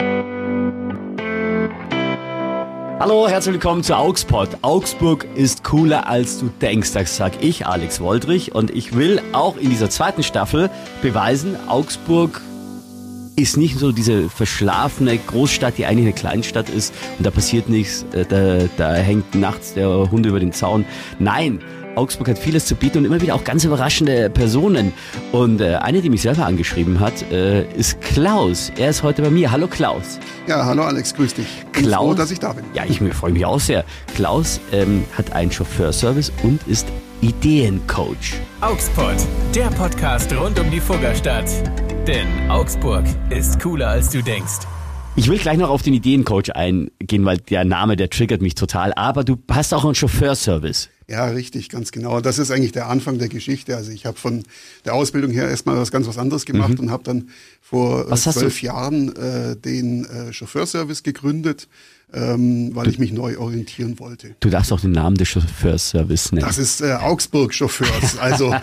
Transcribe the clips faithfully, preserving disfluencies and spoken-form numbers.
Hallo, herzlich willkommen zu Augsburg. Augsburg ist cooler als du denkst, das sag ich, Alex Woldrich. Und ich will auch in dieser zweiten Staffel beweisen, Augsburg ist nicht so diese verschlafene Großstadt, die eigentlich eine Kleinstadt ist und da passiert nichts, da, da hängt nachts der Hund über den Zaun. Nein, Augsburg hat vieles zu bieten und immer wieder auch ganz überraschende Personen. Und äh, eine, die mich selber angeschrieben hat, äh, ist Klaus. Er ist heute bei mir. Hallo Klaus. Ja, hallo Alex, grüß dich. Bin Klaus, froh, dass ich da bin. Ja, ich freue mich auch sehr. Klaus ähm, hat einen Chauffeurservice und ist Ideencoach. Augsburg, der Podcast rund um die Fuggerstadt. Denn Augsburg ist cooler als du denkst. Ich will gleich noch auf den Ideencoach eingehen, weil der Name, der triggert mich total. Aber du hast auch einen Chauffeurservice. Ja, richtig, ganz genau. Das ist eigentlich der Anfang der Geschichte. Also ich habe von der Ausbildung her erstmal was ganz was anderes gemacht mhm. und habe dann vor was zwölf Jahren äh, den äh, Chauffeurservice gegründet, ähm, weil du, ich mich neu orientieren wollte. Du darfst auch den Namen des Chauffeurservice nennen. Das ist äh, Augsburg Chauffeurs, also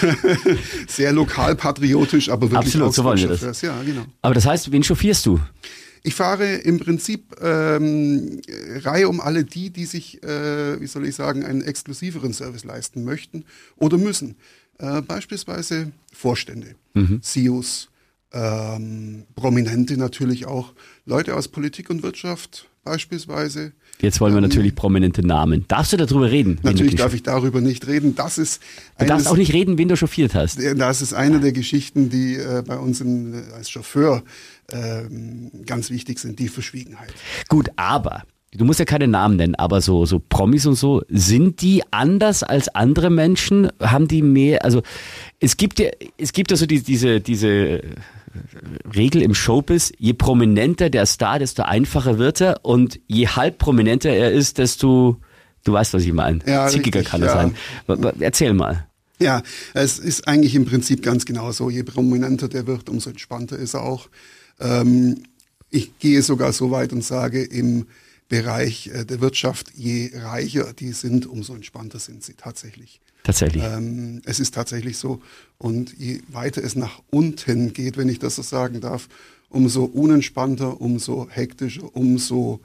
sehr lokalpatriotisch, aber wirklich Absolut, Augsburg so wollen wir das. Chauffeurs. Ja, genau. Aber das heißt, wen chauffierst du? Ich fahre im Prinzip ähm, Reihe um alle die, die sich, äh, wie soll ich sagen, einen exklusiveren Service leisten möchten oder müssen. Äh, beispielsweise Vorstände, mhm. C E Os, ähm, Prominente natürlich auch, Leute aus Politik und Wirtschaft beispielsweise. Jetzt wollen wir ähm, natürlich prominente Namen. Darfst du darüber reden? Natürlich darf ich darüber nicht reden. Das ist du darfst auch nicht reden, wen du chauffiert hast. Das ist eine der Geschichten, die äh, bei uns im, als Chauffeur ähm, ganz wichtig sind, die Verschwiegenheit. Gut, aber du musst ja keine Namen nennen, aber so, so Promis und so, sind die anders als andere Menschen? Haben die mehr, also es gibt ja, es gibt ja so die, diese, diese Regel im Showbiz, je prominenter der Star, desto einfacher wird er und je halb prominenter er ist, desto, du weißt, was ich meine, ja, zickiger richtig, kann er ja. sein. Erzähl mal. Ja, es ist eigentlich im Prinzip ganz genau so, je prominenter der wird, umso entspannter ist er auch. Ähm, ich gehe sogar so weit und sage, im Bereich äh, der Wirtschaft, je reicher die sind, umso entspannter sind sie tatsächlich. Tatsächlich. Ähm, es ist tatsächlich so. Und je weiter es nach unten geht, wenn ich das so sagen darf, umso unentspannter, umso hektischer, umso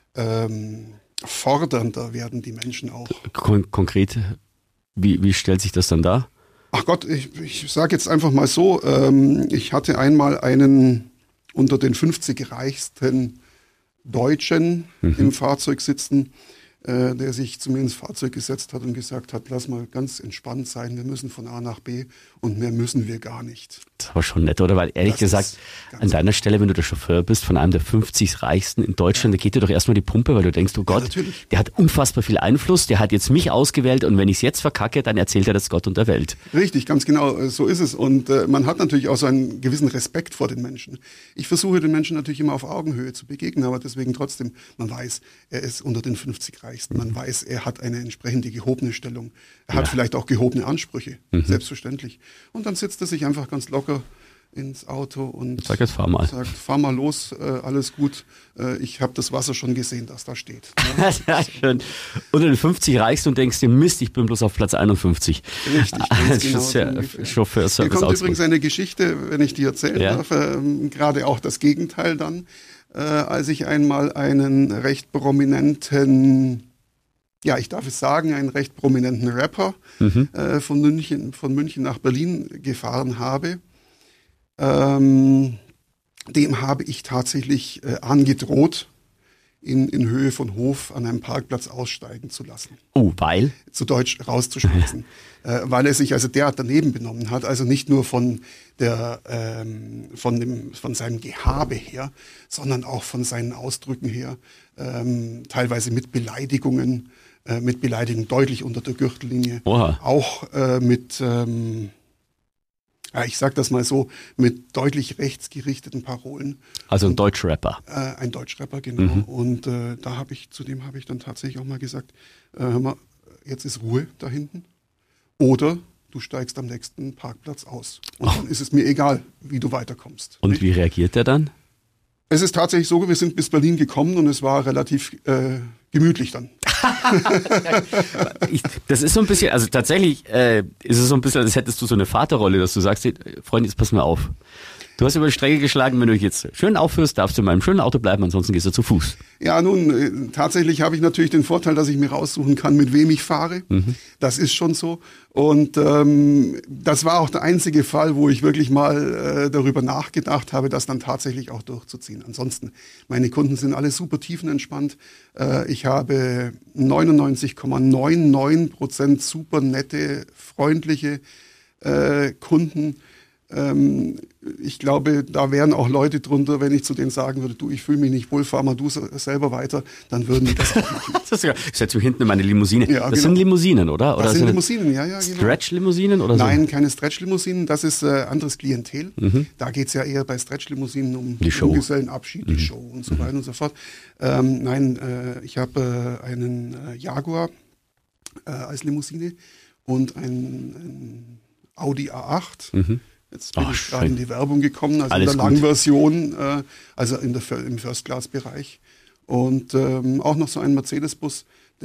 ähm, fordernder werden die Menschen auch. Kon- konkret, wie, wie stellt sich das dann dar? Ach Gott, ich, ich sage jetzt einfach mal so, ähm, ich hatte einmal einen unter den fünfzig reichsten Deutschen mhm. im Fahrzeug sitzen, äh, der sich zu mir ins Fahrzeug gesetzt hat und gesagt hat, lass mal ganz entspannt sein, wir müssen von A nach B und mehr müssen wir gar nicht. Das war schon nett, oder? Weil ehrlich das gesagt, an deiner Stelle, wenn du der Chauffeur bist von einem der fünfzig reichsten in Deutschland, ja. da geht dir doch erstmal die Pumpe, weil du denkst, oh Gott, ja, der hat unfassbar viel Einfluss, der hat jetzt mich ausgewählt und wenn ich es jetzt verkacke, dann erzählt er das Gott und der Welt. Richtig, ganz genau, so ist es. Und äh, man hat natürlich auch so einen gewissen Respekt vor den Menschen. Ich versuche den Menschen natürlich immer auf Augenhöhe zu begegnen, aber deswegen trotzdem, man weiß, er ist unter den fünfzig reichsten, man weiß, er hat eine entsprechende gehobene Stellung, er hat ja. vielleicht auch gehobene Ansprüche, mhm. selbstverständlich. Und dann sitzt er sich einfach ganz locker ins Auto und Sag jetzt, fahr mal. sagt, fahr mal los, äh, alles gut, äh, ich habe das Wasser schon gesehen, das da steht. Ja, ja schön. Unter den fünfzig reichst und denkst dir, Mist, ich bin bloß auf Platz einundfünfzig. Richtig, ganz genau so ja Chauffeurservice. Hier kommt übrigens eine Geschichte, wenn ich die erzählen ja. darf, äh, gerade auch das Gegenteil dann, äh, als ich einmal einen recht prominenten, ja, ich darf es sagen, einen recht prominenten Rapper mhm. äh, von München, von München nach Berlin gefahren habe. Ähm, dem habe ich tatsächlich äh, angedroht, ihn in Höhe von Hof an einem Parkplatz aussteigen zu lassen. Oh, weil? Zu Deutsch rauszuschmeißen. äh, weil er sich also derart daneben benommen hat, also nicht nur von der, ähm, von dem, von seinem Gehabe her, sondern auch von seinen Ausdrücken her, ähm, teilweise mit Beleidigungen, äh, mit Beleidigungen deutlich unter der Gürtellinie. Oha. Auch äh, mit, ähm, ja, ich sag das mal so, mit deutlich rechtsgerichteten Parolen. Also ein Deutschrapper. Äh, ein Deutschrapper, genau. Mhm. Und äh, da habe ich, zu dem habe ich dann tatsächlich auch mal gesagt, äh, hör mal, jetzt ist Ruhe da hinten. Oder du steigst am nächsten Parkplatz aus. Und oh. dann ist es mir egal, wie du weiterkommst. Und nicht? Wie reagiert der dann? Es ist tatsächlich so, wir sind bis Berlin gekommen und es war relativ äh, gemütlich dann. ich, das ist so ein bisschen, also tatsächlich äh, ist es so ein bisschen, als hättest du so eine Vaterrolle, dass du sagst, hey, Freunde, jetzt pass mal auf. Du hast über die Strecke geschlagen, wenn du dich jetzt schön aufführst, darfst du in meinem schönen Auto bleiben, ansonsten gehst du zu Fuß. Ja, nun, äh, tatsächlich habe ich natürlich den Vorteil, dass ich mir raussuchen kann, mit wem ich fahre. Mhm. Das ist schon so. Und ähm, das war auch der einzige Fall, wo ich wirklich mal äh, darüber nachgedacht habe, das dann tatsächlich auch durchzuziehen. Ansonsten, meine Kunden sind alle super tiefenentspannt. Äh, ich habe neunundneunzig Komma neunundneunzig Prozent super nette, freundliche äh, Kunden. Ähm, ich glaube, da wären auch Leute drunter, wenn ich zu denen sagen würde, du, ich fühle mich nicht wohl, fahr mal du selber weiter, dann würden die das auch machen. Das ist ja, ich setze mich hinten in meine Limousine. Ja, das genau. sind Limousinen, oder? oder das sind Limousinen, ja, ja. Genau. Stretch-Limousinen oder so? Nein, keine Stretch-Limousinen, das ist äh, anderes Klientel. Mhm. Da geht's ja eher bei Stretch-Limousinen um die Show. Junggesellenabschied, mhm. die Show und so weiter mhm. und so fort. Ähm, nein, äh, ich habe äh, einen äh, Jaguar äh, als Limousine und einen, einen Audi A acht. Mhm. Jetzt bin Ach, ich gerade in die Werbung gekommen, also Alles in der Langversion, äh, also in der, im First-Class-Bereich. Und ähm, auch noch so ein Mercedes-Bus,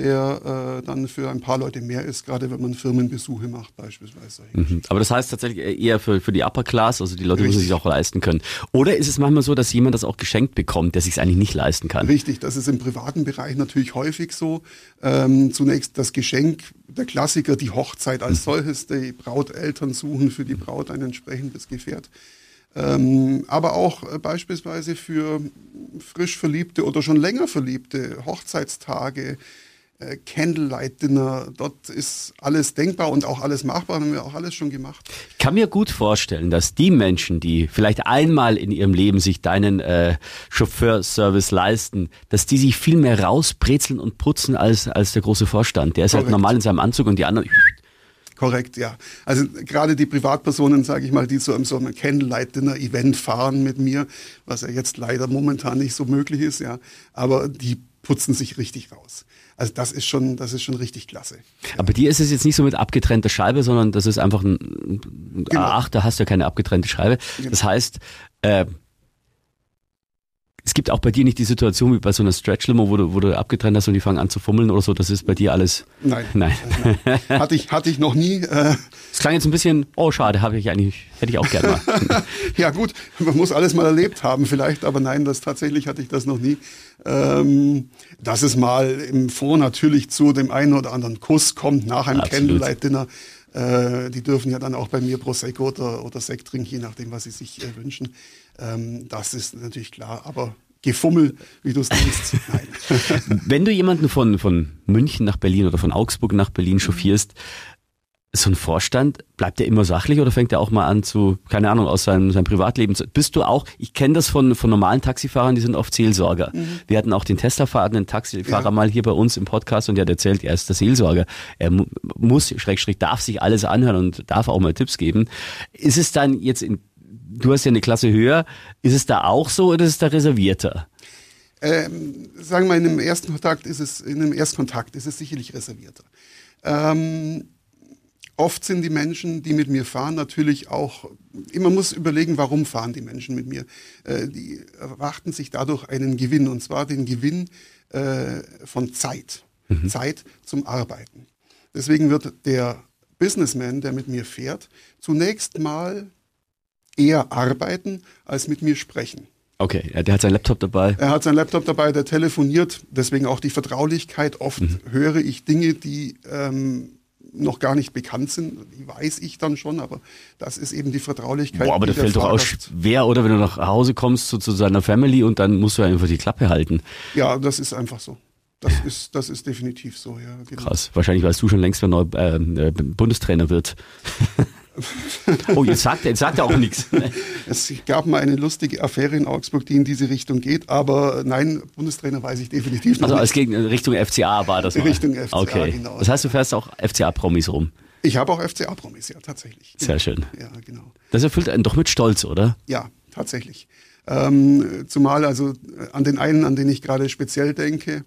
der äh, dann für ein paar Leute mehr ist, gerade wenn man Firmenbesuche macht beispielsweise. Mhm. Aber das heißt tatsächlich eher für, für die Upper Class, also die Leute müssen sich auch leisten können. Oder ist es manchmal so, dass jemand das auch geschenkt bekommt, der sich es eigentlich nicht leisten kann? Richtig, das ist im privaten Bereich natürlich häufig so. Ähm, zunächst das Geschenk, der Klassiker, die Hochzeit als mhm. solches, die Brauteltern suchen für die Braut ein entsprechendes Gefährt. Ähm, aber auch äh, beispielsweise für frisch Verliebte oder schon länger Verliebte, Hochzeitstage, äh, Candlelight-Dinner, dort ist alles denkbar und auch alles machbar, haben wir auch alles schon gemacht. Ich kann mir gut vorstellen, dass die Menschen, die vielleicht einmal in ihrem Leben sich deinen äh, Chauffeurservice leisten, dass die sich viel mehr rausbrezeln und putzen als, als der große Vorstand. Der ist Korrekt. Halt normal in seinem Anzug und die anderen... Korrekt, ja. Also gerade die Privatpersonen, sage ich mal, die so im so einem Candlelight-Dinner-Event fahren mit mir, was ja jetzt leider momentan nicht so möglich ist, ja, aber die putzen sich richtig raus. Also das ist schon, das ist schon richtig klasse. Aber bei dir ist es jetzt nicht so mit abgetrennter Scheibe, sondern das ist einfach ein genau. A acht, da hast du ja keine abgetrennte Scheibe. Genau. Das heißt, äh, es gibt auch bei dir nicht die Situation wie bei so einer Stretch-Limo, wo du, wo du abgetrennt hast und die fangen an zu fummeln oder so. Das ist bei dir alles... Nein. Nein. Nein. Hatte ich, hatte ich noch nie. Äh das klang jetzt ein bisschen, oh schade, habe ich eigentlich, hätte ich auch gerne mal. Ja gut, man muss alles mal erlebt haben vielleicht, aber nein, das tatsächlich hatte ich das noch nie. Ähm, dass es mal im Vor natürlich zu dem einen oder anderen Kuss kommt nach einem Candlelight-Dinner. Äh, die dürfen ja dann auch bei mir Prosecco oder, oder Sekt trinken, je nachdem, was sie sich äh, wünschen. Ähm, das ist natürlich klar, aber Gefummel, wie du es nennst, nein. Wenn du jemanden von, von München nach Berlin oder von Augsburg nach Berlin chauffierst, so ein Vorstand, bleibt der immer sachlich oder fängt er auch mal an zu, keine Ahnung, aus seinem, seinem Privatleben zu, bist du auch, ich kenne das von, von normalen Taxifahrern, die sind oft Seelsorger. Mhm. Wir hatten auch den Tesla-fahrenden Taxifahrer ja. mal hier bei uns im Podcast und der hat erzählt, er ist der Seelsorger. Er mu- muss, Schrägstrich, darf sich alles anhören und darf auch mal Tipps geben. Ist es dann jetzt in, du hast ja eine Klasse höher, ist es da auch so oder ist es da reservierter? Ähm, sagen wir mal, in einem ersten Kontakt ist es, in einem Erstkontakt ist es sicherlich reservierter. Ähm, Oft sind die Menschen, die mit mir fahren, natürlich auch, man muss überlegen, warum fahren die Menschen mit mir. Äh, die erwarten sich dadurch einen Gewinn, und zwar den Gewinn äh, von Zeit. Mhm. Zeit zum Arbeiten. Deswegen wird der Businessman, der mit mir fährt, zunächst mal eher arbeiten, als mit mir sprechen. Okay, der hat seinen Laptop dabei. Er hat seinen Laptop dabei, der telefoniert, deswegen auch die Vertraulichkeit. Oft mhm. höre ich Dinge, die... Ähm, noch gar nicht bekannt sind, die weiß ich dann schon, aber das ist eben die Vertraulichkeit. Boah, aber das fällt doch auch schwer, oder? Wenn du nach Hause kommst zu, zu seiner Family und dann musst du einfach die Klappe halten. Ja, das ist einfach so. Das ist, das ist definitiv so, ja. Genau. Krass. Wahrscheinlich weißt du schon längst, wer neu äh, Bundestrainer wird. Oh, jetzt sagt er, jetzt sagt er auch nichts. Es gab mal eine lustige Affäre in Augsburg, die in diese Richtung geht, aber nein, Bundestrainer weiß ich definitiv noch Also nicht. als gegen Richtung F C A war das mal. Richtung F C A, okay. Genau. Das heißt, du fährst auch F C A-Promis rum? Ich habe auch F C A-Promis, ja, tatsächlich. Sehr schön. Ja, genau. Das erfüllt einen doch mit Stolz, oder? Ja, tatsächlich. Ähm, zumal also an den einen, an den ich gerade speziell denke,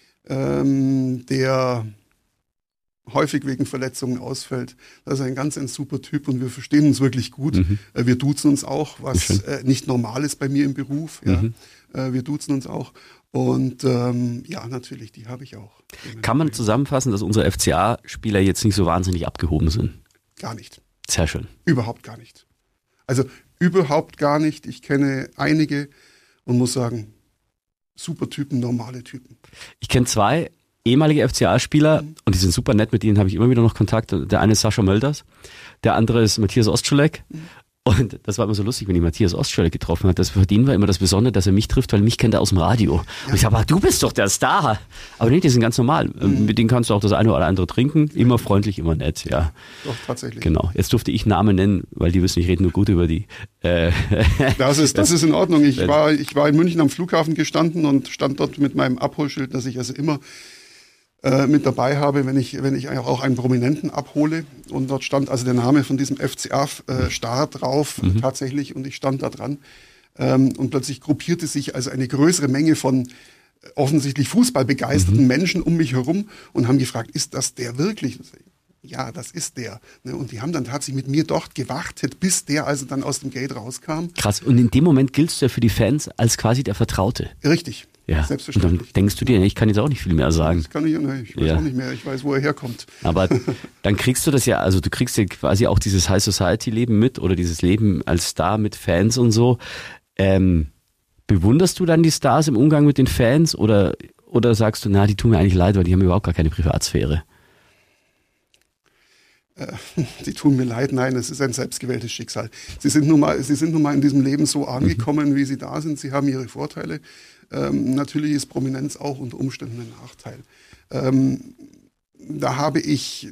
ähm, der häufig wegen Verletzungen ausfällt. Das ist ein ganz ein super Typ und wir verstehen uns wirklich gut. Mhm. Wir duzen uns auch, was äh, nicht normal ist bei mir im Beruf. Ja. Mhm. Äh, wir duzen uns auch. Und ähm, ja, natürlich, die habe ich auch. Kann man zusammenfassen, dass unsere F C A-Spieler jetzt nicht so wahnsinnig abgehoben sind? Gar nicht. Sehr schön. Überhaupt gar nicht. Also überhaupt gar nicht. Ich kenne einige und muss sagen, super Typen, normale Typen. Ich kenne zwei ehemalige F C A-Spieler mhm. und die sind super nett, mit denen habe ich immer wieder noch Kontakt. Der eine ist Sascha Mölders, der andere ist Matthias Ostscholek. Mhm. Und das war immer so lustig, wenn ich Matthias Ostscholek getroffen hat. Das für den war immer das Besondere, dass er mich trifft, weil mich kennt er aus dem Radio. Ja. Und ich sage, ah, du bist doch der Star. Aber nee, die sind ganz normal. Mhm. Mit denen kannst du auch das eine oder andere trinken. Immer freundlich, immer nett, ja. Doch, tatsächlich. Genau. Jetzt durfte ich Namen nennen, weil die wissen, ich rede nur gut über die. Äh das ist, das ist in Ordnung. Ich war, ich war in München am Flughafen gestanden und stand dort mit meinem Abholschild, das ich also immer mit dabei habe, wenn ich, wenn ich auch einen Prominenten abhole. Und dort stand also der Name von diesem F C A-Star drauf, mhm. tatsächlich, und ich stand da dran. Und plötzlich gruppierte sich also eine größere Menge von offensichtlich fußballbegeisterten mhm. Menschen um mich herum und haben gefragt, ist das der wirklich? Ja, das ist der. Und die haben dann tatsächlich mit mir dort gewartet, bis der also dann aus dem Gate rauskam. Krass. Und in dem Moment giltst du ja für die Fans als quasi der Vertraute. Richtig. Ja, selbstverständlich. Und dann denkst du dir, ich kann jetzt auch nicht viel mehr sagen. Das kann ich, ne, ich weiß ja. auch nicht mehr, ich weiß, wo er herkommt. Aber dann kriegst du das ja, also du kriegst ja quasi auch dieses High Society Leben mit oder dieses Leben als Star mit Fans und so. Ähm, bewunderst du dann die Stars im Umgang mit den Fans oder, oder sagst du, na, die tun mir eigentlich leid, weil die haben überhaupt gar keine Privatsphäre? Die tun mir leid, nein, es ist ein selbstgewähltes Schicksal. Sie sind nun mal, sie sind nun mal in diesem Leben so angekommen, mhm. wie sie da sind. Sie haben ihre Vorteile. Ähm, natürlich ist Prominenz auch unter Umständen ein Nachteil. Ähm, da habe ich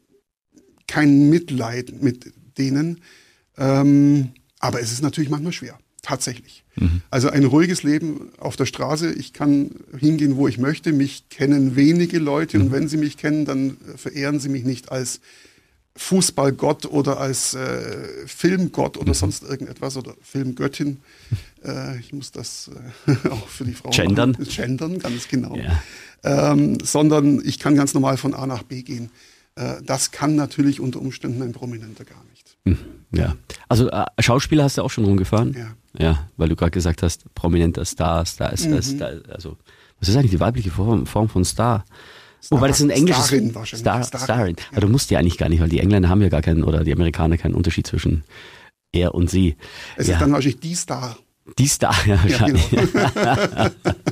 kein Mitleid mit denen. Ähm, aber es ist natürlich manchmal schwer, tatsächlich. Mhm. Also ein ruhiges Leben auf der Straße. Ich kann hingehen, wo ich möchte. Mich kennen wenige Leute. Mhm. Und wenn sie mich kennen, dann verehren sie mich nicht als Fußballgott oder als äh, Filmgott oder mhm. sonst irgendetwas oder Filmgöttin. Äh, ich muss das äh, auch für die Frauen gendern. Machen. Gendern, ganz genau. Ja. Ähm, sondern ich kann ganz normal von A nach B gehen. Äh, das kann natürlich unter Umständen ein Prominenter gar nicht. Mhm. Ja. Also äh, Schauspieler hast du auch schon rumgefahren? Ja. Ja, weil du gerade gesagt hast, prominenter Star, Star ist das. Mhm. Star, also was ist eigentlich die weibliche Form, Form von Star? Star, oh, weil das ist ein englisches Starin wahrscheinlich. Star, Starin. Starin. Ja. Aber du musst ja eigentlich gar nicht, weil die Engländer haben ja gar keinen, oder die Amerikaner keinen Unterschied zwischen er und sie. Es ja. ist dann wahrscheinlich die Star. Die Star, ja, wahrscheinlich. Ja,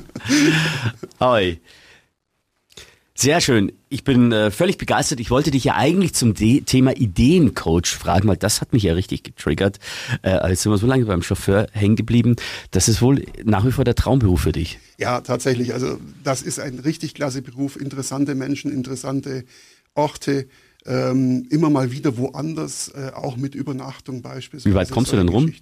genau. Oi. Sehr schön. Ich bin äh, völlig begeistert. Ich wollte dich ja eigentlich zum De- Thema Ideencoach fragen, weil das hat mich ja richtig getriggert. Äh, jetzt sind wir so lange beim Chauffeur hängen geblieben. Das ist wohl nach wie vor der Traumberuf für dich. Ja, tatsächlich. Also das ist ein richtig klasse Beruf. Interessante Menschen, interessante Orte. Ähm, immer mal wieder woanders, äh, auch mit Übernachtung beispielsweise. Wie weit kommst du denn rum?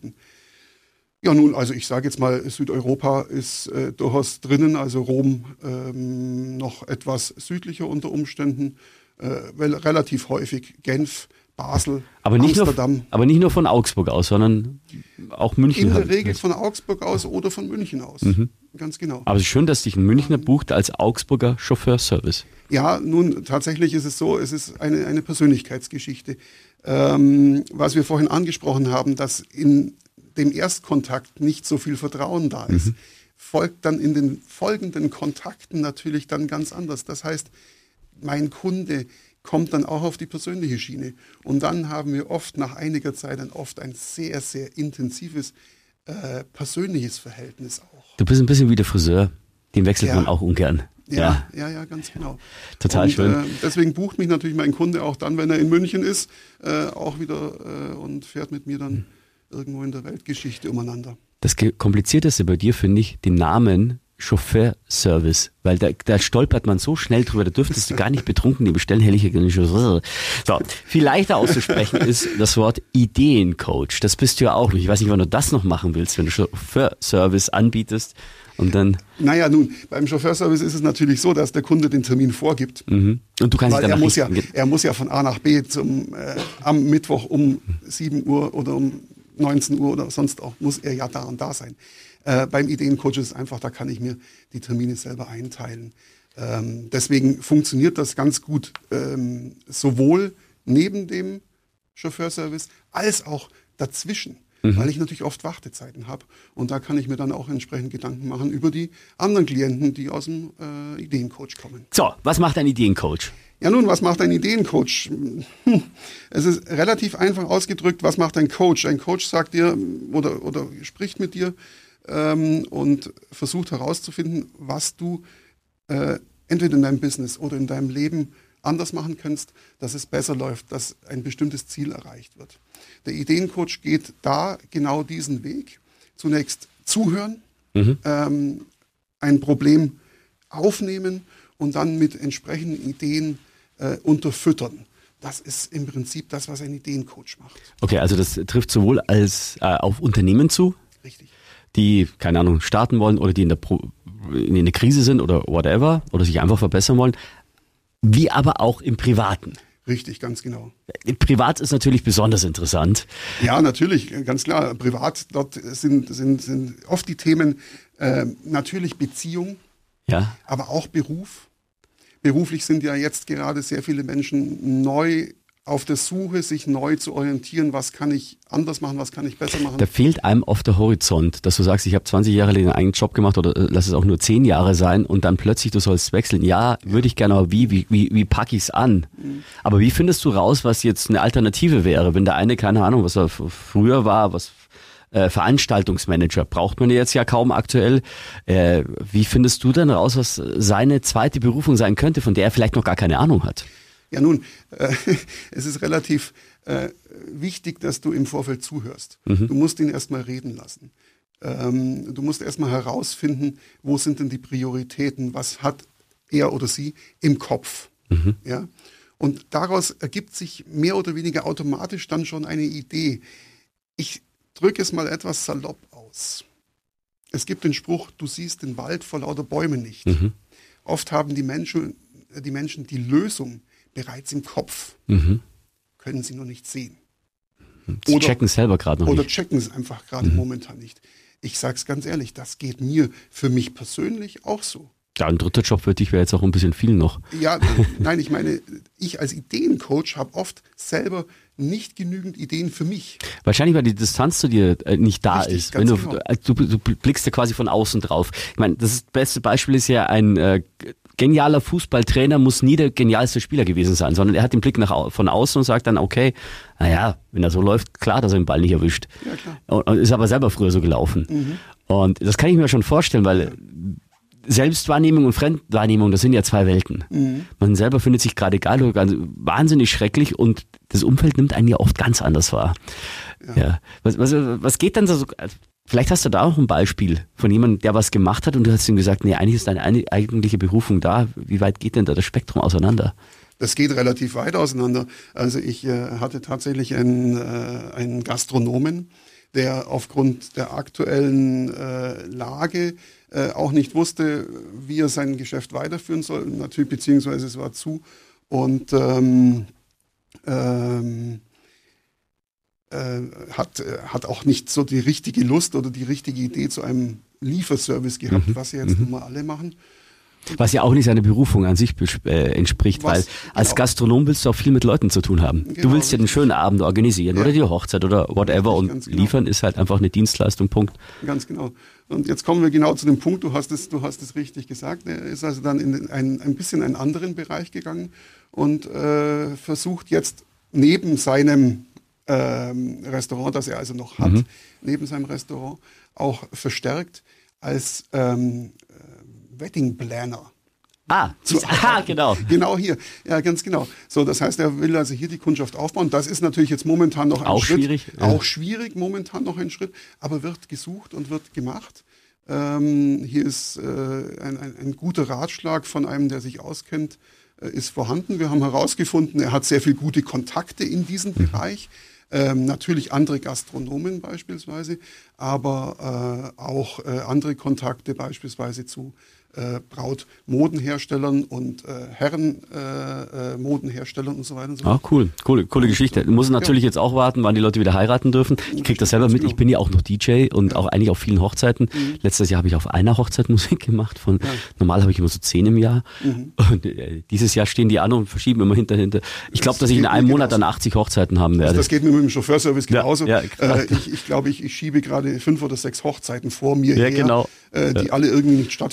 Ja, nun, also ich sage jetzt mal, Südeuropa ist äh, durchaus drinnen, also Rom ähm, noch etwas südlicher unter Umständen, äh, weil relativ häufig Genf, Basel, aber nicht Amsterdam. Nur, aber nicht nur von Augsburg aus, sondern auch München. In der Regel von Augsburg aus oder von München aus, mhm. ganz genau. Aber es ist schön, dass dich ein Münchner bucht als Augsburger Chauffeurservice. Ja, nun, tatsächlich ist es so, es ist eine, eine Persönlichkeitsgeschichte. Ähm, was wir vorhin angesprochen haben, dass in dem Erstkontakt nicht so viel Vertrauen da ist, mhm. folgt dann in den folgenden Kontakten natürlich dann ganz anders. Das heißt, mein Kunde kommt dann auch auf die persönliche Schiene. Und dann haben wir oft nach einiger Zeit dann oft ein sehr, sehr intensives äh, persönliches Verhältnis auch. Du bist ein bisschen wie der Friseur, den wechselt ja. man auch ungern. Ja, ja, ja, ja, ganz genau. Total und, schön. Äh, deswegen bucht mich natürlich mein Kunde auch dann, wenn er in München ist, äh, auch wieder äh, und fährt mit mir dann mhm. irgendwo in der Weltgeschichte umeinander. Das Komplizierteste bei dir finde ich den Namen Chauffeurservice, weil da, da stolpert man so schnell drüber, da dürftest du gar nicht betrunken die bestellen, hätte ich ja nicht. So, viel leichter auszusprechen ist das Wort Ideencoach. Das bist du ja auch nicht. Ich weiß nicht, wann du das noch machen willst, wenn du Chauffeurservice anbietest und dann... Naja, nun, beim Chauffeurservice ist es natürlich so, dass der Kunde den Termin vorgibt. Mhm. Und du kannst weil er muss ja, er muss ja von A nach B zum, äh, am Mittwoch um sieben Uhr oder um neunzehn Uhr oder sonst auch, muss er ja da und da sein. Äh, beim Ideencoach ist es einfach, da kann ich mir die Termine selber einteilen. Ähm, deswegen funktioniert das ganz gut, ähm, sowohl neben dem Chauffeurservice als auch dazwischen, mhm. weil ich natürlich oft Wartezeiten habe. Und da kann ich mir dann auch entsprechend Gedanken machen über die anderen Klienten, die aus dem äh, Ideencoach kommen. So, was macht ein Ideencoach? Ja nun, was macht ein Ideencoach? Es ist relativ einfach ausgedrückt, was macht ein Coach? Ein Coach sagt dir oder, oder spricht mit dir ähm, und versucht herauszufinden, was du äh, entweder in deinem Business oder in deinem Leben anders machen kannst, dass es besser läuft, dass ein bestimmtes Ziel erreicht wird. Der Ideencoach geht da genau diesen Weg. Zunächst zuhören, mhm. ähm, ein Problem aufnehmen und dann mit entsprechenden Ideen äh, unterfüttern. Das ist im Prinzip das, was ein Ideencoach macht. Okay, also das trifft sowohl als äh, auf Unternehmen zu, richtig, die, keine Ahnung, starten wollen oder die in der, Pro, in der Krise sind oder whatever oder sich einfach verbessern wollen, wie aber auch im Privaten. Richtig, ganz genau. Privat ist natürlich besonders interessant. Ja, natürlich, ganz klar. Privat, dort sind, sind, sind oft die Themen äh, natürlich Beziehung, ja. aber auch Beruf. Beruflich sind ja jetzt gerade sehr viele Menschen neu auf der Suche, sich neu zu orientieren, was kann ich anders machen, was kann ich besser machen. Da fehlt einem oft der Horizont, dass du sagst, ich habe zwanzig Jahre lang einen eigenen Job gemacht oder äh, lass es auch nur zehn Jahre sein und dann plötzlich du sollst wechseln. Ja, ja. würde ich gerne, aber wie, wie, wie, wie packe ich es an? Mhm. Aber wie findest du raus, was jetzt eine Alternative wäre, wenn der eine, keine Ahnung, was er f- früher war, was äh, Veranstaltungsmanager, braucht man jetzt ja kaum aktuell. Äh, wie findest du denn raus, was seine zweite Berufung sein könnte, von der er vielleicht noch gar keine Ahnung hat? Ja nun, äh, es ist relativ äh, wichtig, dass du im Vorfeld zuhörst. Mhm. Du musst ihn erstmal reden lassen. Ähm, du musst erstmal herausfinden, wo sind denn die Prioritäten, was hat er oder sie im Kopf. Mhm. Ja? Und daraus ergibt sich mehr oder weniger automatisch dann schon eine Idee. Ich drücke es mal etwas salopp aus. Es gibt den Spruch, du siehst den Wald vor lauter Bäumen nicht. Mhm. Oft haben die Menschen, die Menschen die Lösung bereits im Kopf, mhm. können sie nur nicht sehen. Sie oder, checken es selber gerade noch oder nicht. Oder checken es einfach gerade mhm. momentan nicht. Ich sage es ganz ehrlich, das geht mir für mich persönlich auch so. Ja, ein dritter Job für dich wäre jetzt auch ein bisschen viel noch. Ja, nein, ich meine, ich als Ideencoach habe oft selber nicht genügend Ideen für mich. Wahrscheinlich, weil die Distanz zu dir äh, nicht da Richtig, ist. Wenn du, genau. du, du blickst ja quasi von außen drauf. Ich meine, das, ist, das beste Beispiel ist ja ein äh, genialer Fußballtrainer muss nie der genialste Spieler gewesen sein, sondern er hat den Blick nach, von außen und sagt dann, okay, naja, wenn er so läuft, klar, dass er den Ball nicht erwischt. Ja, klar. Und, und ist aber selber früher so gelaufen. Mhm. Und das kann ich mir schon vorstellen, weil ja. Selbstwahrnehmung und Fremdwahrnehmung, das sind ja zwei Welten. Mhm. Man selber findet sich gerade geil oder ganz wahnsinnig schrecklich und das Umfeld nimmt einen ja oft ganz anders wahr. Ja. Ja. Was, was, was geht dann so, vielleicht hast du da auch ein Beispiel von jemandem, der was gemacht hat und du hast ihm gesagt, nee, eigentlich ist deine eigentliche Berufung da. Wie weit geht denn da das Spektrum auseinander? Das geht relativ weit auseinander. Also ich äh, hatte tatsächlich einen, äh, einen Gastronomen, der aufgrund der aktuellen äh, Lage äh, auch nicht wusste, wie er sein Geschäft weiterführen soll, natürlich, beziehungsweise es war zu. Und ähm, ähm, äh, hat, hat auch nicht so die richtige Lust oder die richtige Idee zu einem Lieferservice gehabt, mhm. was ja jetzt mhm. nun mal alle machen. Was ja auch nicht seiner Berufung an sich äh, entspricht, was, weil genau. als Gastronom willst du auch viel mit Leuten zu tun haben. Genau, du willst ja den schönen Abend organisieren ja. oder die Hochzeit oder whatever und genau. liefern ist halt einfach eine Dienstleistung, Punkt. Ganz genau. Und jetzt kommen wir genau zu dem Punkt, du hast es, du hast es richtig gesagt, er ist also dann in ein, ein bisschen einen anderen Bereich gegangen und äh, versucht jetzt neben seinem ähm, Restaurant, das er also noch hat, mhm. neben seinem Restaurant auch verstärkt als ähm, Wedding Planner. Ah, zu, aha, genau. Genau hier, ja, ganz genau. So, das heißt, er will also hier die Kundschaft aufbauen. Das ist natürlich jetzt momentan noch ein auch Schritt. Schwierig, ja. Auch schwierig, momentan noch ein Schritt, aber wird gesucht und wird gemacht. Ähm, hier ist äh, ein, ein, ein guter Ratschlag von einem, der sich auskennt, äh, ist vorhanden. Wir haben herausgefunden, er hat sehr viele gute Kontakte in diesem mhm. Bereich. Ähm, natürlich andere Gastronomen beispielsweise, aber äh, auch äh, andere Kontakte beispielsweise zu äh, Brautmodenherstellern und äh, Herrenmodenherstellern äh, und so weiter und so fort. Ah, cool, coole, coole Geschichte. Du musst natürlich ja. jetzt auch warten, wann die Leute wieder heiraten dürfen. Ich krieg das selber mit. Ich bin ja auch noch D J und ja. auch eigentlich auf vielen Hochzeiten. Mhm. Letztes Jahr habe ich auf einer Hochzeit Musik gemacht. Von ja. normal habe ich immer so zehn im Jahr. Mhm. Und äh, dieses Jahr stehen die an und verschieben immer hinter hinter. Ich glaube, dass ich in einem Monat dann achtzig Hochzeiten haben werde. Also das geht mir mit dem Chauffeurservice genauso. Ja, ja, äh, ich ich glaube, ich, ich schiebe gerade fünf oder sechs Hochzeiten vor mir ja, her, genau. äh, die ja. alle irgendwie nicht stattfinden. Die nächste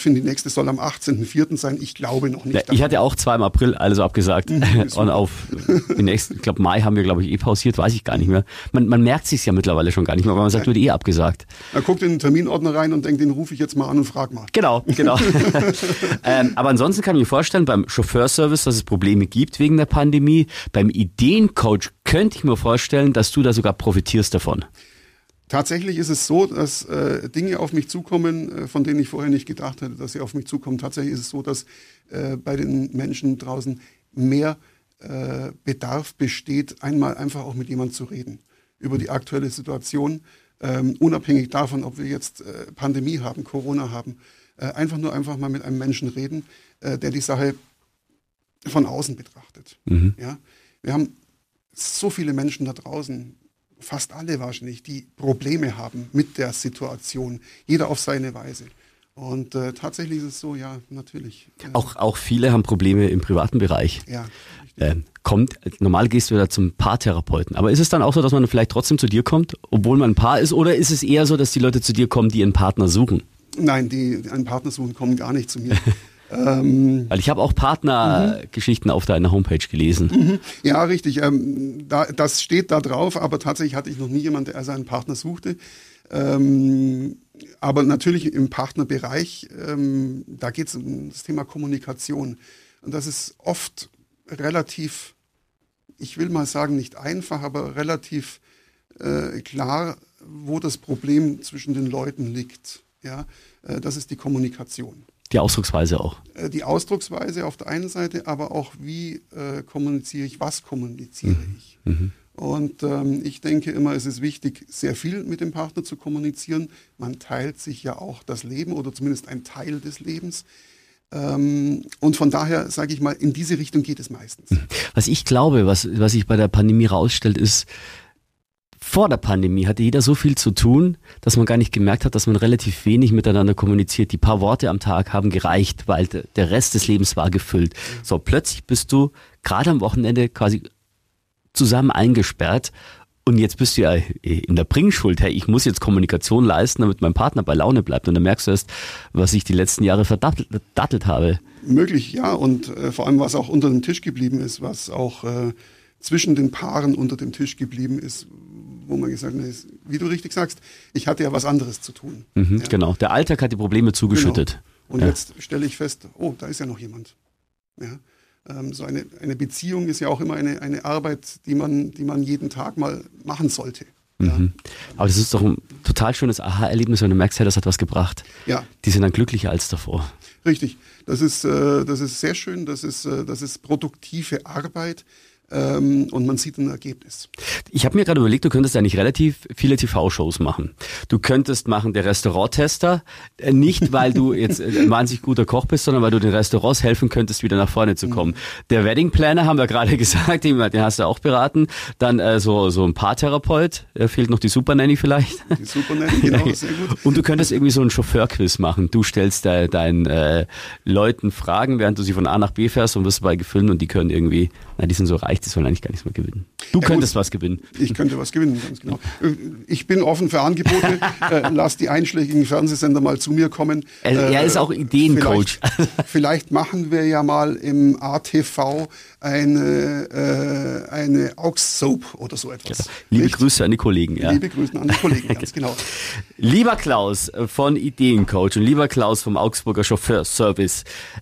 nächste soll am achtzehnten vierten sein. Ich glaube noch nicht. Ja, ich hatte auch zwei im April, also abgesagt. Mhm, und auf den nächsten, ich glaube Mai haben wir, glaube ich, eh pausiert, weiß ich gar nicht mehr. Man, man merkt es sich ja mittlerweile schon gar nicht mehr, weil man sagt, ja. wird eh abgesagt. Er guckt in den Terminordner rein und denkt, den rufe ich jetzt mal an und frag mal. Genau, genau. ähm, aber ansonsten kann ich mir vorstellen, beim Chauffeurservice, dass es Probleme gibt wegen der Pandemie. Beim Ideencoach könnte ich mir vorstellen, dass du da sogar profitierst davon. Tatsächlich ist es so, dass äh, Dinge auf mich zukommen, äh, von denen ich vorher nicht gedacht hätte, dass sie auf mich zukommen. Tatsächlich ist es so, dass äh, bei den Menschen draußen mehr äh, Bedarf besteht, einmal einfach auch mit jemandem zu reden über die aktuelle Situation, ähm, unabhängig davon, ob wir jetzt äh, Pandemie haben, Corona haben. Äh, einfach nur einfach mal mit einem Menschen reden, äh, der die Sache von außen betrachtet. Mhm. Ja? Wir haben so viele Menschen da draußen, fast alle wahrscheinlich, die Probleme haben mit der Situation. Jeder auf seine Weise. Und äh, tatsächlich ist es so, ja, natürlich. Äh, auch, auch viele haben Probleme im privaten Bereich. Ja. Äh, kommt, normal gehst du ja zum Paartherapeuten. Aber ist es dann auch so, dass man vielleicht trotzdem zu dir kommt, obwohl man ein Paar ist? Oder ist es eher so, dass die Leute zu dir kommen, die einen Partner suchen? Nein, die, die einen Partner suchen, kommen gar nicht zu mir. Ähm, Weil ich habe auch Partnergeschichten mhm. auf deiner Homepage gelesen. Mhm. Ja, richtig. Ähm, da, das steht da drauf, aber tatsächlich hatte ich noch nie jemanden, der seinen Partner suchte. Ähm, aber natürlich im Partnerbereich, ähm, da geht es um das Thema Kommunikation. Und das ist oft relativ, ich will mal sagen, nicht einfach, aber relativ äh, klar, wo das Problem zwischen den Leuten liegt. Ja, äh, das ist die Kommunikation. Die Ausdrucksweise auch. Die Ausdrucksweise auf der einen Seite, aber auch wie äh, kommuniziere ich, was kommuniziere mhm. ich. Mhm. Und ähm, ich denke immer, es ist wichtig, sehr viel mit dem Partner zu kommunizieren. Man teilt sich ja auch das Leben oder zumindest ein Teil des Lebens. Ähm, und von daher, sage ich mal, in diese Richtung geht es meistens. Was ich glaube, was, was sich bei der Pandemie rausstellt, ist, vor der Pandemie hatte jeder so viel zu tun, dass man gar nicht gemerkt hat, dass man relativ wenig miteinander kommuniziert. Die paar Worte am Tag haben gereicht, weil der Rest des Lebens war gefüllt. So, plötzlich bist du gerade am Wochenende quasi zusammen eingesperrt und jetzt bist du ja in der Bringschuld. Hey, ich muss jetzt Kommunikation leisten, damit mein Partner bei Laune bleibt. Und dann merkst du erst, was ich die letzten Jahre verdattelt habe. Möglich, ja. Und äh, vor allem, was auch unter dem Tisch geblieben ist, was auch äh, zwischen den Paaren unter dem Tisch geblieben ist, wo man gesagt hat, wie du richtig sagst, ich hatte ja was anderes zu tun. Mhm, ja. Genau, der Alltag hat die Probleme zugeschüttet. Genau. Und ja. jetzt stelle ich fest, oh, da ist ja noch jemand. Ja. Ähm, so eine, eine Beziehung ist ja auch immer eine, eine Arbeit, die man, die man jeden Tag mal machen sollte. Ja. Mhm. Aber das ist doch ein total schönes Aha-Erlebnis, wenn du merkst, hey, das hat was gebracht. Ja. Die sind dann glücklicher als davor. Richtig, das ist, äh, das ist sehr schön, das ist, äh, das ist produktive Arbeit. Ähm, und man sieht ein Ergebnis. Ich habe mir gerade überlegt, du könntest eigentlich relativ viele T V-Shows machen. Du könntest machen der Restauranttester, äh, nicht weil du jetzt ein wahnsinnig guter Koch bist, sondern weil du den Restaurants helfen könntest, wieder nach vorne zu kommen. Mhm. Der Wedding Planner haben wir gerade gesagt, den, den hast du auch beraten. Dann äh, so so ein Paartherapeut, äh, fehlt noch die Supernanny vielleicht. Die Supernanny, genau, sehr gut. Und du könntest irgendwie so einen Chauffeurquiz machen. Du stellst de, deinen äh, Leuten Fragen, während du sie von A nach B fährst und wirst dabei gefilmt und die können irgendwie, na, die sind so reich, die sollen eigentlich gar nichts mehr gewinnen. Du ja, könntest gut. was gewinnen. Ich könnte was gewinnen, ganz genau. Ich bin offen für Angebote. äh, lass die einschlägigen Fernsehsender mal zu mir kommen. Er, er ist auch Ideencoach. Vielleicht, vielleicht machen wir ja mal im A T V eine, äh, eine Aux-Soap oder so etwas. Ja. Liebe Nicht? Grüße an die Kollegen. Ja. Liebe Grüße an die Kollegen, ganz genau. Lieber Klaus von Ideencoach und lieber Klaus vom Augsburger Chauffeurservice,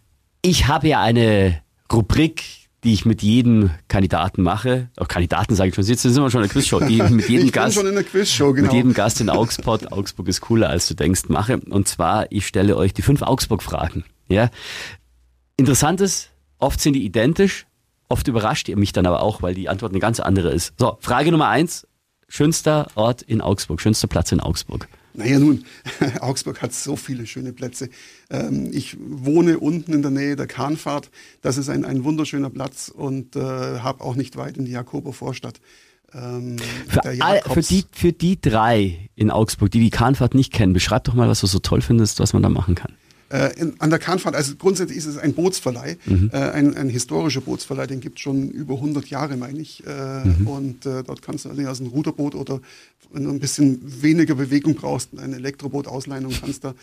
ich habe ja eine Rubrik, die ich mit jedem Kandidaten mache. Auch Kandidaten sage ich schon, jetzt sind wir schon in der Quizshow. Die mit jedem ich Gast, bin schon in der Quizshow, genau. Mit jedem Gast in Augsburg, Augsburg ist cooler als du denkst, mache. Und zwar, ich stelle euch die fünf Augsburg-Fragen. Ja? Interessant ist, oft sind die identisch, oft überrascht ihr mich dann aber auch, weil die Antwort eine ganz andere ist. So, Frage Nummer eins. Schönster Ort in Augsburg, schönster Platz in Augsburg. Naja nun, Augsburg hat so viele schöne Plätze. Ähm, ich wohne unten in der Nähe der Kahnfahrt. Das ist ein, ein wunderschöner Platz und äh, habe auch nicht weit in die Jakober Vorstadt. Ähm, für, all, für, die, für die drei in Augsburg, die die Kahnfahrt nicht kennen, beschreib doch mal, was du so toll findest, was man da machen kann. Äh, in, an der Kahnfahrt, also grundsätzlich ist es ein Bootsverleih, mhm. äh, ein, ein historischer Bootsverleih, den gibt es schon über hundert Jahre, meine ich. Äh, mhm. Und äh, dort kannst du also ein Ruderboot oder wenn du ein bisschen weniger Bewegung brauchst, ein Elektroboot ausleihen und kannst da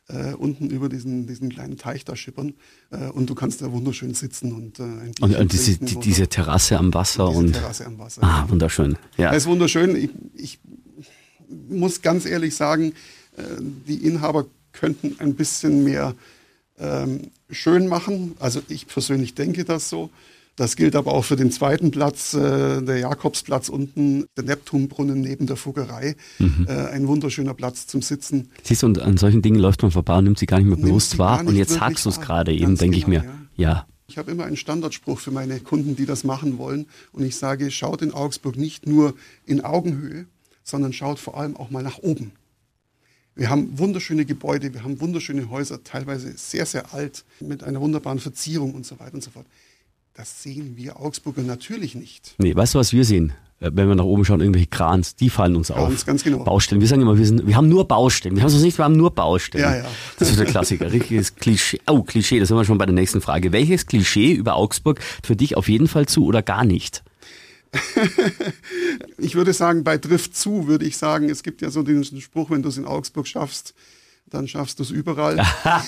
äh, unten über diesen, diesen kleinen Teich da schippern äh, und du kannst da wunderschön sitzen und äh, ein Und, und diese, die, diese Terrasse am Wasser. Und und diese Terrasse am Wasser. Ah, wunderschön. Ja. Das ist wunderschön. Ich, ich muss ganz ehrlich sagen, äh, die Inhaber könnten ein bisschen mehr ähm, schön machen. Also ich persönlich denke das so. Das gilt aber auch für den zweiten Platz, äh, der Jakobsplatz unten, der Neptunbrunnen neben der Fuggerei. Mhm. Äh, ein wunderschöner Platz zum Sitzen. Siehst du, und an solchen Dingen läuft man vorbei und nimmt sie gar nicht mehr bewusst wahr. Und jetzt sagst du es gerade eben, denke ich mir. Ja. ja. Ich habe immer einen Standardspruch für meine Kunden, die das machen wollen. Und ich sage, schaut in Augsburg nicht nur in Augenhöhe, sondern schaut vor allem auch mal nach oben. Wir haben wunderschöne Gebäude, wir haben wunderschöne Häuser, teilweise sehr, sehr alt, mit einer wunderbaren Verzierung und so weiter und so fort. Das sehen wir Augsburger natürlich nicht. Nee, weißt du, was wir sehen? Wenn wir nach oben schauen, irgendwelche Krans, die fallen uns Krans, auf. Ganz genau. Baustellen. Wir sagen immer, wir, sind, wir haben nur Baustellen. Wir haben es nicht, wir haben nur Baustellen. Ja, ja. Das ist der Klassiker. Richtiges Klischee. Oh, Klischee, da sind wir schon bei der nächsten Frage. Welches Klischee über Augsburg für dich auf jeden Fall zu oder gar nicht? Ich würde sagen, bei trifft zu, würde ich sagen, es gibt ja so den Spruch, wenn du es in Augsburg schaffst, dann schaffst du es überall.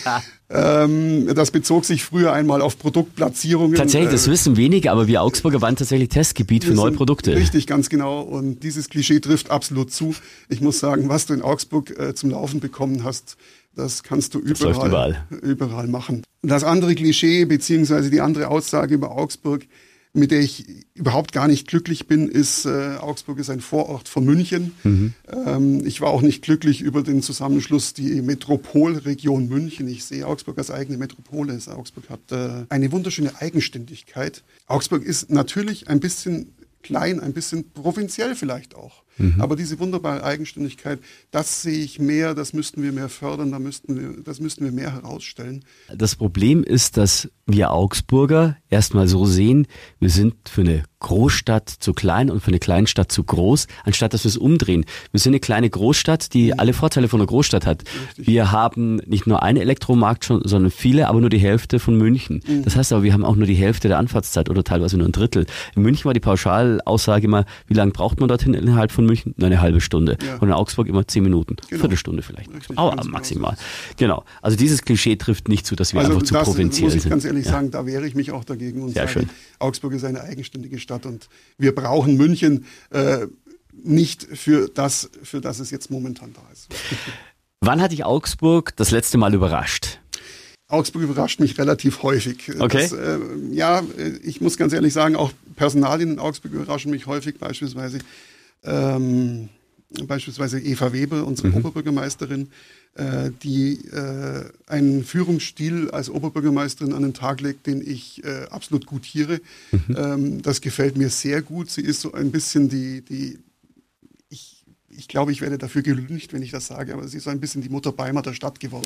ähm, das bezog sich früher einmal auf Produktplatzierungen. Tatsächlich, das äh, wissen wenige, aber wir Augsburger waren tatsächlich Testgebiet für neue Produkte. Richtig, ganz genau. Und dieses Klischee trifft absolut zu. Ich muss sagen, was du in Augsburg äh, zum Laufen bekommen hast, das kannst du das überall, überall. überall machen. Das andere Klischee, beziehungsweise die andere Aussage über Augsburg, mit der ich überhaupt gar nicht glücklich bin, ist, äh, Augsburg ist ein Vorort von München. Mhm. Ähm, ich war auch nicht glücklich über den Zusammenschluss die Metropolregion München. Ich sehe Augsburg als eigene Metropole. Augsburg hat äh, eine wunderschöne Eigenständigkeit. Augsburg ist natürlich ein bisschen klein, ein bisschen provinziell vielleicht auch. Mhm. Aber diese wunderbare Eigenständigkeit, das sehe ich mehr, das müssten wir mehr fördern, da müssten wir, das müssten wir mehr herausstellen. Das Problem ist, dass wir Augsburger erstmal so sehen, wir sind für eine Großstadt zu klein und für eine Kleinstadt zu groß, anstatt dass wir es umdrehen. Wir sind eine kleine Großstadt, die mhm. alle Vorteile von einer Großstadt hat. Richtig. Wir haben nicht nur einen Elektromarkt, schon, sondern viele, aber nur die Hälfte von München. Mhm. Das heißt aber, wir haben auch nur die Hälfte der Anfahrtszeit oder teilweise nur ein Drittel. In München war die Pauschalaussage immer, wie lange braucht man dorthin innerhalb von München? Nur eine halbe Stunde. Ja. Und in Augsburg immer zehn Minuten, genau. Viertelstunde vielleicht. Richtig, aber maximal. Genau. genau. Also dieses Klischee trifft nicht zu, dass wir also einfach zu provinziell sind. Muss ich ganz ehrlich ja. sagen, da wehre ich mich auch dagegen und Sehr sage, schön. Augsburg ist eine eigenständige Stadt und wir brauchen München äh, nicht für das, für das es jetzt momentan da ist. Wann hat dich Augsburg das letzte Mal überrascht? Augsburg überrascht mich relativ häufig. Okay. Das, äh, ja, ich muss ganz ehrlich sagen, auch Personalien in Augsburg überraschen mich häufig, beispielsweise ähm, beispielsweise Eva Weber, unsere mhm. Oberbürgermeisterin, äh, die äh, einen Führungsstil als Oberbürgermeisterin an den Tag legt, den ich äh, absolut gutiere. Mhm. Ähm, das gefällt mir sehr gut. Sie ist so ein bisschen die, die ich, ich glaube, ich werde dafür gelüncht, wenn ich das sage, aber sie ist so ein bisschen die Mutter Beimer der Stadt geworden.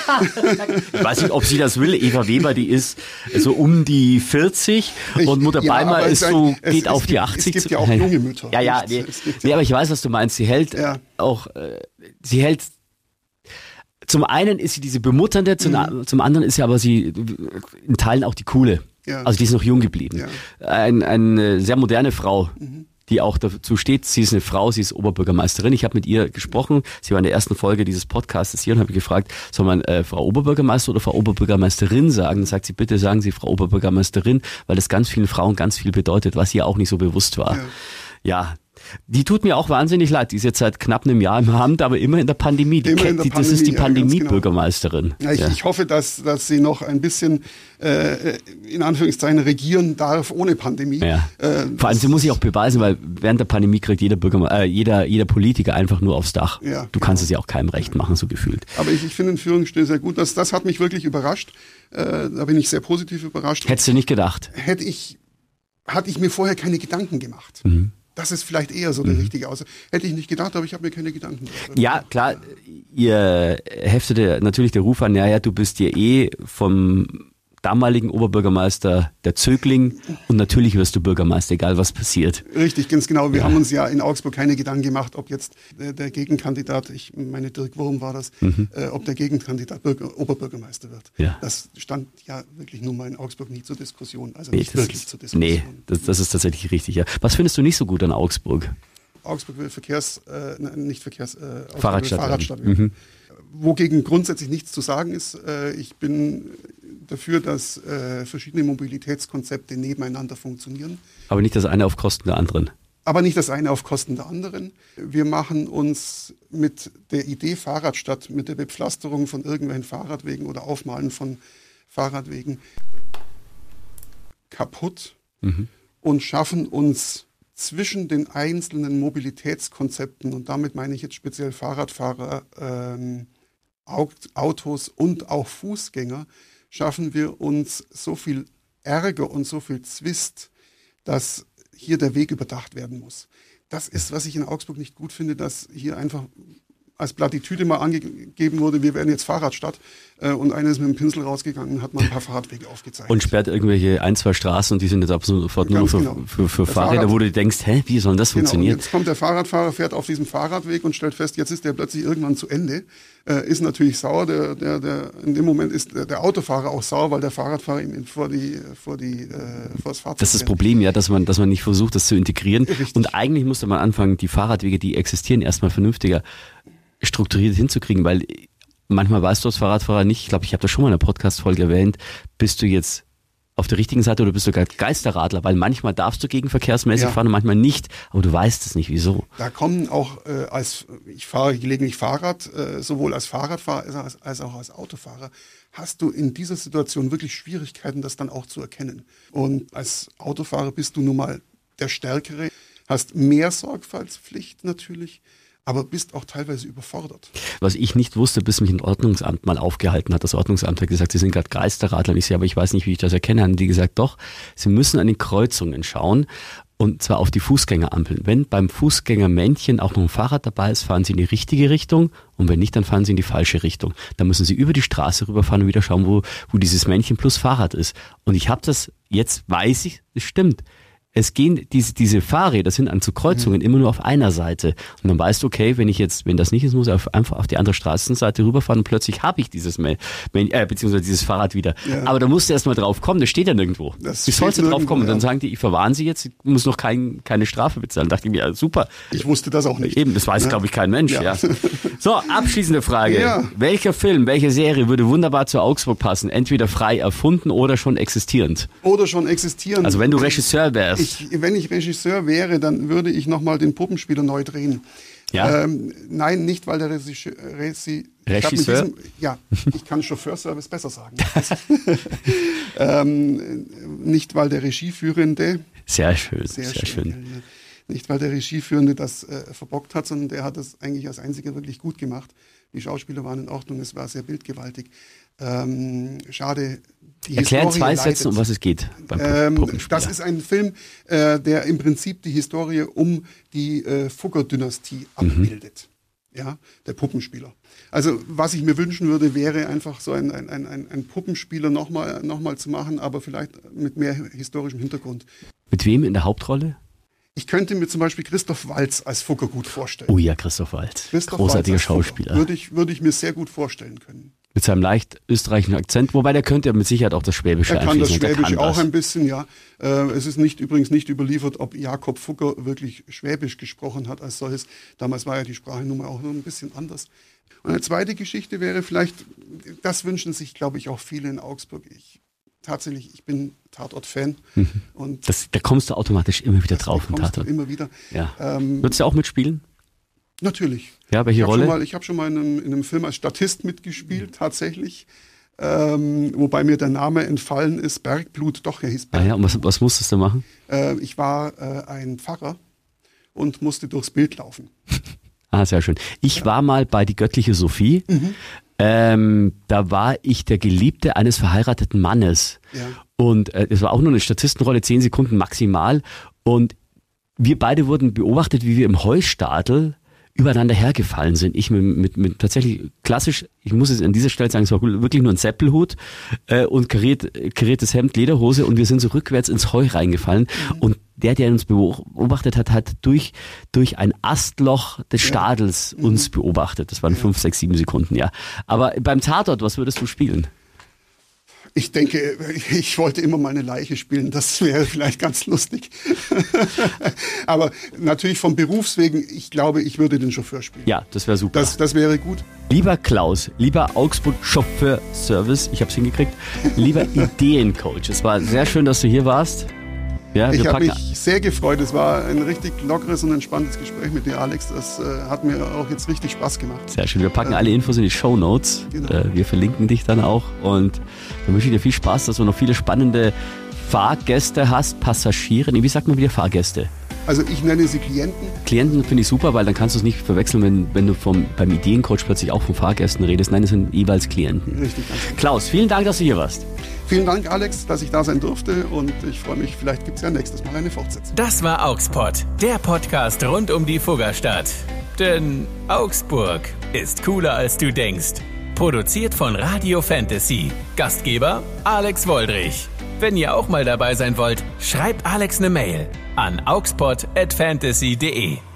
Ich weiß nicht, ob sie das will. Eva Weber, die ist so um die vierzig ich, und Mutter ja, Beimer ist so, es, geht es, auf es die gibt, achtzig. Es gibt ja auch junge Mütter. Ja, ja, nee, nee, aber ich weiß, was du meinst. Sie hält ja. auch, äh, sie hält zum einen ist sie diese bemutternde, zum, mhm. zum anderen ist sie aber sie in Teilen auch die coole. Ja. Also die ist noch jung geblieben. Ja. Ein, eine sehr moderne Frau. Mhm. die auch dazu steht. Sie ist eine Frau, sie ist Oberbürgermeisterin. Ich habe mit ihr gesprochen. Sie war in der ersten Folge dieses Podcasts hier und habe gefragt, soll man äh, Frau Oberbürgermeister oder Frau Oberbürgermeisterin sagen? Dann sagt sie, bitte sagen Sie Frau Oberbürgermeisterin, weil das ganz vielen Frauen ganz viel bedeutet, was ihr auch nicht so bewusst war. Ja. ja. Die tut mir auch wahnsinnig leid. Die ist jetzt seit knapp einem Jahr im Amt, aber immer in der Pandemie. Die immer kennt, in der die, Pandemie das ist die ja, Pandemie-Bürgermeisterin. Genau. Ja, ich, ja. ich hoffe, dass, dass sie noch ein bisschen äh, in Anführungszeichen regieren darf ohne Pandemie. Ja. Äh, Vor allem, sie muss sich auch beweisen, weil während der Pandemie kriegt jeder Bürger, äh, jeder, jeder Politiker einfach nur aufs Dach. Ja, du kannst genau. es ja auch keinem recht machen, so gefühlt. Aber ich, ich finde den Führungsstil sehr gut. Das, das hat mich wirklich überrascht. Äh, da bin ich sehr positiv überrascht. Hättest du nicht gedacht? Hätte ich, hatte ich mir vorher keine Gedanken gemacht. Mhm. Das ist vielleicht eher so der mhm. richtige Aussage. Hätte ich nicht gedacht, aber ich habe mir keine Gedanken gemacht. Ja, klar, ihr heftete natürlich der Ruf an, naja, du bist ja eh vom damaligen Oberbürgermeister der Zögling und natürlich wirst du Bürgermeister, egal was passiert. Richtig, ganz genau. Wir ja. haben uns ja in Augsburg keine Gedanken gemacht, ob jetzt der, der Gegenkandidat, ich meine Dirk Wurm war das, mhm. äh, ob der Gegenkandidat Bürger, Oberbürgermeister wird. Ja. Das stand ja wirklich nun mal in Augsburg nie zur Diskussion. Also nee, nicht wirklich ist, zur Diskussion. Nee, das, das ist tatsächlich richtig. Ja. Was findest du nicht so gut an Augsburg? Augsburg will Verkehrs, äh, nicht Verkehrs, äh, Fahrradstadt, Fahrradstadt werden. Mhm. Wogegen grundsätzlich nichts zu sagen ist. Äh, ich bin dafür, dass äh, verschiedene Mobilitätskonzepte nebeneinander funktionieren. Aber nicht das eine auf Kosten der anderen. Aber nicht das eine auf Kosten der anderen. Wir machen uns mit der Idee Fahrradstadt, mit der Bepflasterung von irgendwelchen Fahrradwegen oder Aufmalen von Fahrradwegen kaputt mhm. und schaffen uns zwischen den einzelnen Mobilitätskonzepten, und damit meine ich jetzt speziell Fahrradfahrer, ähm, Autos und auch Fußgänger, schaffen wir uns so viel Ärger und so viel Zwist, dass hier der Weg überdacht werden muss. Das ist, was ich in Augsburg nicht gut finde, dass hier einfach als Plattitüde mal angegeben wurde, wir werden jetzt Fahrradstadt, äh, und einer ist mit dem Pinsel rausgegangen und hat mal ein paar Fahrradwege aufgezeigt. Und sperrt irgendwelche ein, zwei Straßen und die sind jetzt ab sofort nur für, genau. für, für Fahrräder, Fahrrad, wo du denkst, hä, wie soll das genau, funktionieren? Und jetzt kommt der Fahrradfahrer, fährt auf diesem Fahrradweg und stellt fest, jetzt ist der plötzlich irgendwann zu Ende, äh, ist natürlich sauer, der, der, der, in dem Moment ist der, der Autofahrer auch sauer, weil der Fahrradfahrer ihm vor die, vor die, äh, vor das Fahrzeug. Das ist das Problem, ja, dass man, dass man nicht versucht, das zu integrieren. Richtig. Und eigentlich musste man anfangen, die Fahrradwege, die existieren, erstmal vernünftiger strukturiert hinzukriegen, weil manchmal weißt du als Fahrradfahrer nicht, ich glaube, ich habe das schon mal in einer Podcast-Folge erwähnt, bist du jetzt auf der richtigen Seite oder bist du gar Geisterradler, weil manchmal darfst du gegenverkehrsmäßig ja. fahren und manchmal nicht, aber du weißt es nicht, wieso. Da kommen auch äh, als, ich fahre gelegentlich Fahrrad, äh, sowohl als Fahrradfahrer als, als auch als Autofahrer, hast du in dieser Situation wirklich Schwierigkeiten, das dann auch zu erkennen. Und als Autofahrer bist du nun mal der Stärkere, hast mehr Sorgfaltspflicht natürlich, aber bist auch teilweise überfordert. Was ich nicht wusste, bis mich ein Ordnungsamt mal aufgehalten hat. Das Ordnungsamt hat gesagt, Sie sind gerade Geisterradler. Und ich sehe, aber ich weiß nicht, wie ich das erkenne. Haben die gesagt, doch, Sie müssen an den Kreuzungen schauen. Und zwar auf die Fußgängerampeln. Wenn beim Fußgängermännchen auch noch ein Fahrrad dabei ist, fahren Sie in die richtige Richtung. Und wenn nicht, dann fahren Sie in die falsche Richtung. Dann müssen Sie über die Straße rüberfahren und wieder schauen, wo, wo dieses Männchen plus Fahrrad ist. Und ich habe das, jetzt weiß ich, es stimmt. Es gehen diese, diese Fahrräder sind an zu Kreuzungen mhm. immer nur auf einer Seite. Und dann weißt du, okay, wenn ich jetzt, wenn das nicht ist, muss ich auf, einfach auf die andere Straßenseite rüberfahren und plötzlich habe ich dieses, äh, beziehungsweise dieses Fahrrad wieder. Ja. Aber da musst du erst mal drauf kommen, das steht ja nirgendwo. Das Wie sollst du drauf kommen? Und dann sagen die, ich verwarne sie jetzt, ich muss noch kein, keine Strafe bezahlen. Da dachte ich mir, ja, super. Ich wusste das auch nicht. Eben, das weiß, ja. glaube ich, kein Mensch. Ja. Ja. So, abschließende Frage. Ja. Welcher Film, welche Serie würde wunderbar zu Augsburg passen? Entweder frei erfunden oder schon existierend? Oder schon existierend. Also wenn du Regisseur wärst. Ich, wenn ich Regisseur wäre, dann würde ich nochmal den Puppenspieler neu drehen. Ja? Ähm, nein, nicht, weil der Regisseur... Resi, Regisseur? Diesem, ja, ich kann Chauffeurservice besser sagen. ähm, nicht, weil der Regieführende... Sehr schön, sehr, sehr schön. schön. Nicht, weil der Regieführende das äh, verbockt hat, sondern der hat das eigentlich als einziger wirklich gut gemacht. Die Schauspieler waren in Ordnung, es war sehr bildgewaltig. Ähm, schade, die Erklär in Historie zwei leidet. Sätzen, um was es geht beim ähm, Das ist ein Film, äh, der im Prinzip die Historie um die äh, Fugger-Dynastie abbildet. Mhm. Ja, der Puppenspieler. Also was ich mir wünschen würde, wäre einfach so ein, ein, ein, ein Puppenspieler nochmal noch mal zu machen, aber vielleicht mit mehr historischem Hintergrund. Mit wem in der Hauptrolle? Ich könnte mir zum Beispiel Christoph Waltz als Fugger gut vorstellen. Oh ja, Christoph Waltz. Christoph Großartiger Waltz Schauspieler. Würde ich, würde ich mir sehr gut vorstellen können. Mit seinem leicht österreichischen Akzent, wobei der könnte ja mit Sicherheit auch das Schwäbische einfließen. Er kann das Schwäbische auch ein bisschen, ja. Äh, es ist nicht übrigens nicht überliefert, ob Jakob Fugger wirklich Schwäbisch gesprochen hat als solches. Damals war ja die Sprache nun mal auch noch ein bisschen anders. Und eine zweite Geschichte wäre vielleicht, das wünschen sich, glaube ich, auch viele in Augsburg. Ich tatsächlich, ich bin Tatort-Fan. Mhm. Und das, da kommst du automatisch immer wieder drauf. Da kommst du immer wieder. Ja. Ähm, Würdest du auch mitspielen? Natürlich. Ja, welche ich Rolle? Mal, ich habe schon mal in einem, in einem Film als Statist mitgespielt, tatsächlich. Ähm, wobei mir der Name entfallen ist, Bergblut, doch, er hieß Bergblut. Ah ja, und was, was musstest du machen? Äh, ich war äh, ein Pfarrer und musste durchs Bild laufen. Ah, sehr schön. Ich ja. war mal bei Die göttliche Sophie. Mhm. Ähm, da war ich der Geliebte eines verheirateten Mannes. Ja. Und äh, es war auch nur eine Statistenrolle, zehn Sekunden maximal. Und wir beide wurden beobachtet, wie wir im Heustadel übereinander hergefallen sind. Ich mit, mit, mit tatsächlich klassisch, ich muss es an dieser Stelle sagen, es war wirklich nur ein Seppelhut äh, und kariert, kariertes Hemd, Lederhose und wir sind so rückwärts ins Heu reingefallen. Mhm. Und der, der uns beobachtet hat, hat durch, durch ein Astloch des Stadels ja. uns mhm. beobachtet. Das waren ja. fünf, sechs, sieben Sekunden, ja. Aber beim Tatort, was würdest du spielen? Ich denke, ich wollte immer mal eine Leiche spielen, das wäre vielleicht ganz lustig. Aber natürlich vom Berufswegen, ich glaube, ich würde den Chauffeur spielen. Ja, das wäre super. Das, das wäre gut. Lieber Klaus, lieber Augsburg Chauffeur-Service, ich habe es hingekriegt, lieber Ideencoach. Es war sehr schön, dass du hier warst. Ja, ich habe mich sehr gefreut. Es war ein richtig lockeres und entspanntes Gespräch mit dir, Alex. Das äh, hat mir auch jetzt richtig Spaß gemacht. Sehr schön. Wir packen äh, alle Infos in die Shownotes. Genau. Äh, wir verlinken dich dann auch. Und dann wünsche ich dir viel Spaß, dass du noch viele spannende Fahrgäste hast, Passagiere. Wie sagt man wieder Fahrgäste? Also ich nenne sie Klienten. Klienten finde ich super, weil dann kannst du es nicht verwechseln, wenn, wenn du vom, beim Ideencoach plötzlich auch von Fahrgästen redest. Nein, das sind jeweils Klienten. Richtig. Ganz genau. Klaus, vielen Dank, dass du hier warst. Vielen Dank, Alex, dass ich da sein durfte und ich freue mich, vielleicht gibt es ja nächstes Mal eine Fortsetzung. Das war Augspod, der Podcast rund um die Fuggerstadt. Denn Augsburg ist cooler als du denkst. Produziert von Radio Fantasy. Gastgeber Alex Woldrich. Wenn ihr auch mal dabei sein wollt, schreibt Alex eine Mail an augspod at fantasy punkt de.